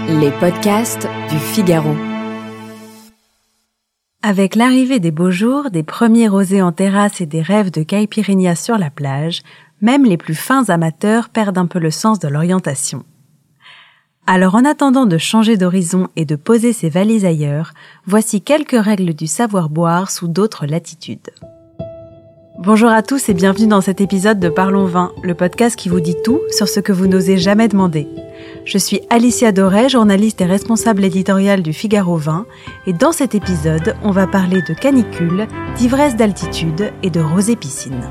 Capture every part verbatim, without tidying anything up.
Les podcasts du Figaro. Avec l'arrivée des beaux jours, des premiers rosés en terrasse et des rêves de caipirinha sur la plage, même les plus fins amateurs perdent un peu le sens de l'orientation. Alors en attendant de changer d'horizon et de poser ses valises ailleurs, voici quelques règles du savoir-boire sous d'autres latitudes. Bonjour à tous et bienvenue dans cet épisode de Parlons Vin, le podcast qui vous dit tout sur ce que vous n'osez jamais demander. Je suis Alicia Doré, journaliste et responsable éditoriale du Figaro Vin, et dans cet épisode, on va parler de canicule, d'ivresse d'altitude et de rosé piscine.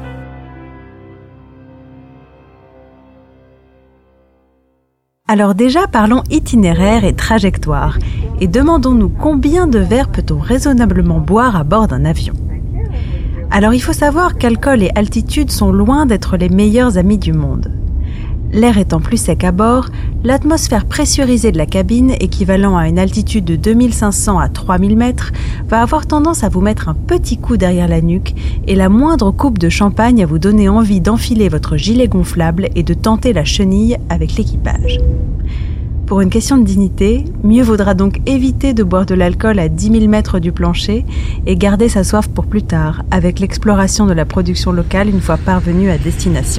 Alors déjà, parlons itinéraire et trajectoire, et demandons-nous combien de verres peut-on raisonnablement boire à bord d'un avion. Alors il faut savoir qu'alcool et altitude sont loin d'être les meilleurs amis du monde. L'air étant plus sec à bord, l'atmosphère pressurisée de la cabine, équivalent à une altitude de deux mille cinq cents à trois mille mètres, va avoir tendance à vous mettre un petit coup derrière la nuque et la moindre coupe de champagne à vous donner envie d'enfiler votre gilet gonflable et de tenter la chenille avec l'équipage. Pour une question de dignité, mieux vaudra donc éviter de boire de l'alcool à dix mille mètres du plancher et garder sa soif pour plus tard, avec l'exploration de la production locale une fois parvenu à destination.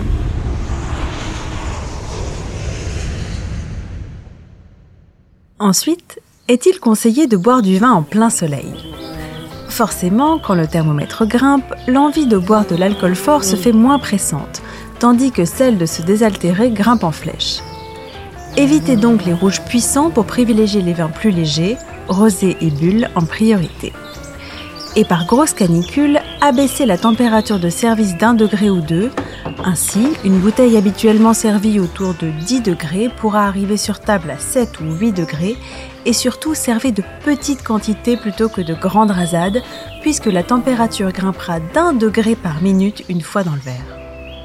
Ensuite, est-il conseillé de boire du vin en plein soleil ? Forcément, quand le thermomètre grimpe, l'envie de boire de l'alcool fort se fait moins pressante, tandis que celle de se désaltérer grimpe en flèche. Évitez donc les rouges puissants pour privilégier les vins plus légers, rosés et bulles en priorité. Et par grosse canicule, abaissez la température de service d'un degré ou deux. Ainsi, une bouteille habituellement servie autour de dix degrés pourra arriver sur table à sept ou huit degrés et surtout servez de petites quantités plutôt que de grandes rasades puisque la température grimpera d'un degré par minute une fois dans le verre.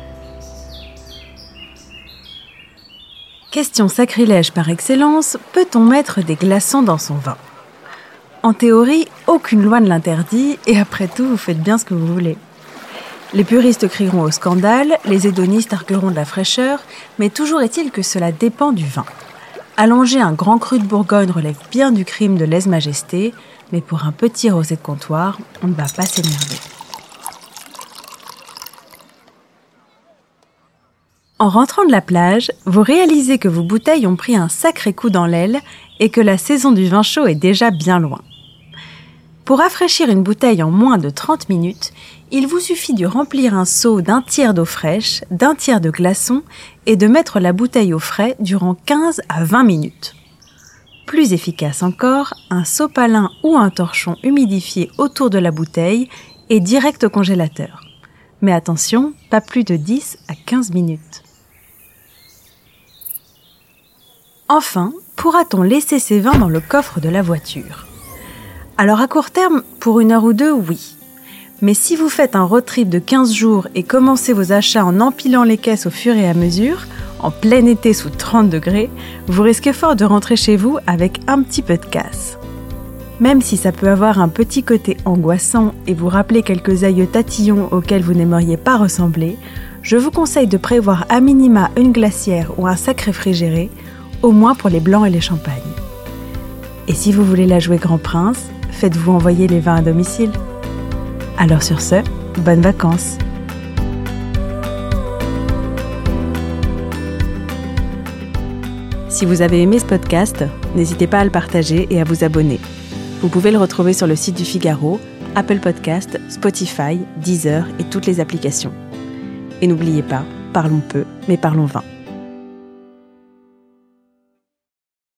Question sacrilège par excellence, peut-on mettre des glaçons dans son vin ? En théorie, aucune loi ne l'interdit et après tout, vous faites bien ce que vous voulez. Les puristes crieront au scandale, les hédonistes argueront de la fraîcheur, mais toujours est-il que cela dépend du vin. Allonger un grand cru de Bourgogne relève bien du crime de lèse-majesté, mais pour un petit rosé de comptoir, on ne va pas s'énerver. En rentrant de la plage, vous réalisez que vos bouteilles ont pris un sacré coup dans l'aile et que la saison du vin chaud est déjà bien loin. Pour rafraîchir une bouteille en moins de trente minutes, il vous suffit de remplir un seau d'un tiers d'eau fraîche, d'un tiers de glaçons et de mettre la bouteille au frais durant quinze à vingt minutes. Plus efficace encore, un sopalin ou un torchon humidifié autour de la bouteille et direct au congélateur. Mais attention, pas plus de dix à quinze minutes. Enfin, pourra-t-on laisser ces vins dans le coffre de la voiture ? Alors à court terme, pour une heure ou deux, oui. Mais si vous faites un road trip de quinze jours et commencez vos achats en empilant les caisses au fur et à mesure, en plein été sous trente degrés, vous risquez fort de rentrer chez vous avec un petit peu de casse. Même si ça peut avoir un petit côté angoissant et vous rappeler quelques aïeux tatillons auxquels vous n'aimeriez pas ressembler, je vous conseille de prévoir à minima une glacière ou un sac réfrigéré, au moins pour les blancs et les champagnes. Et si vous voulez la jouer grand prince, faites-vous envoyer les vins à domicile. Alors sur ce, bonnes vacances. Si vous avez aimé ce podcast, n'hésitez pas à le partager et à vous abonner. Vous pouvez le retrouver sur le site du Figaro, Apple Podcasts, Spotify, Deezer et toutes les applications. Et n'oubliez pas, parlons peu, mais parlons vin.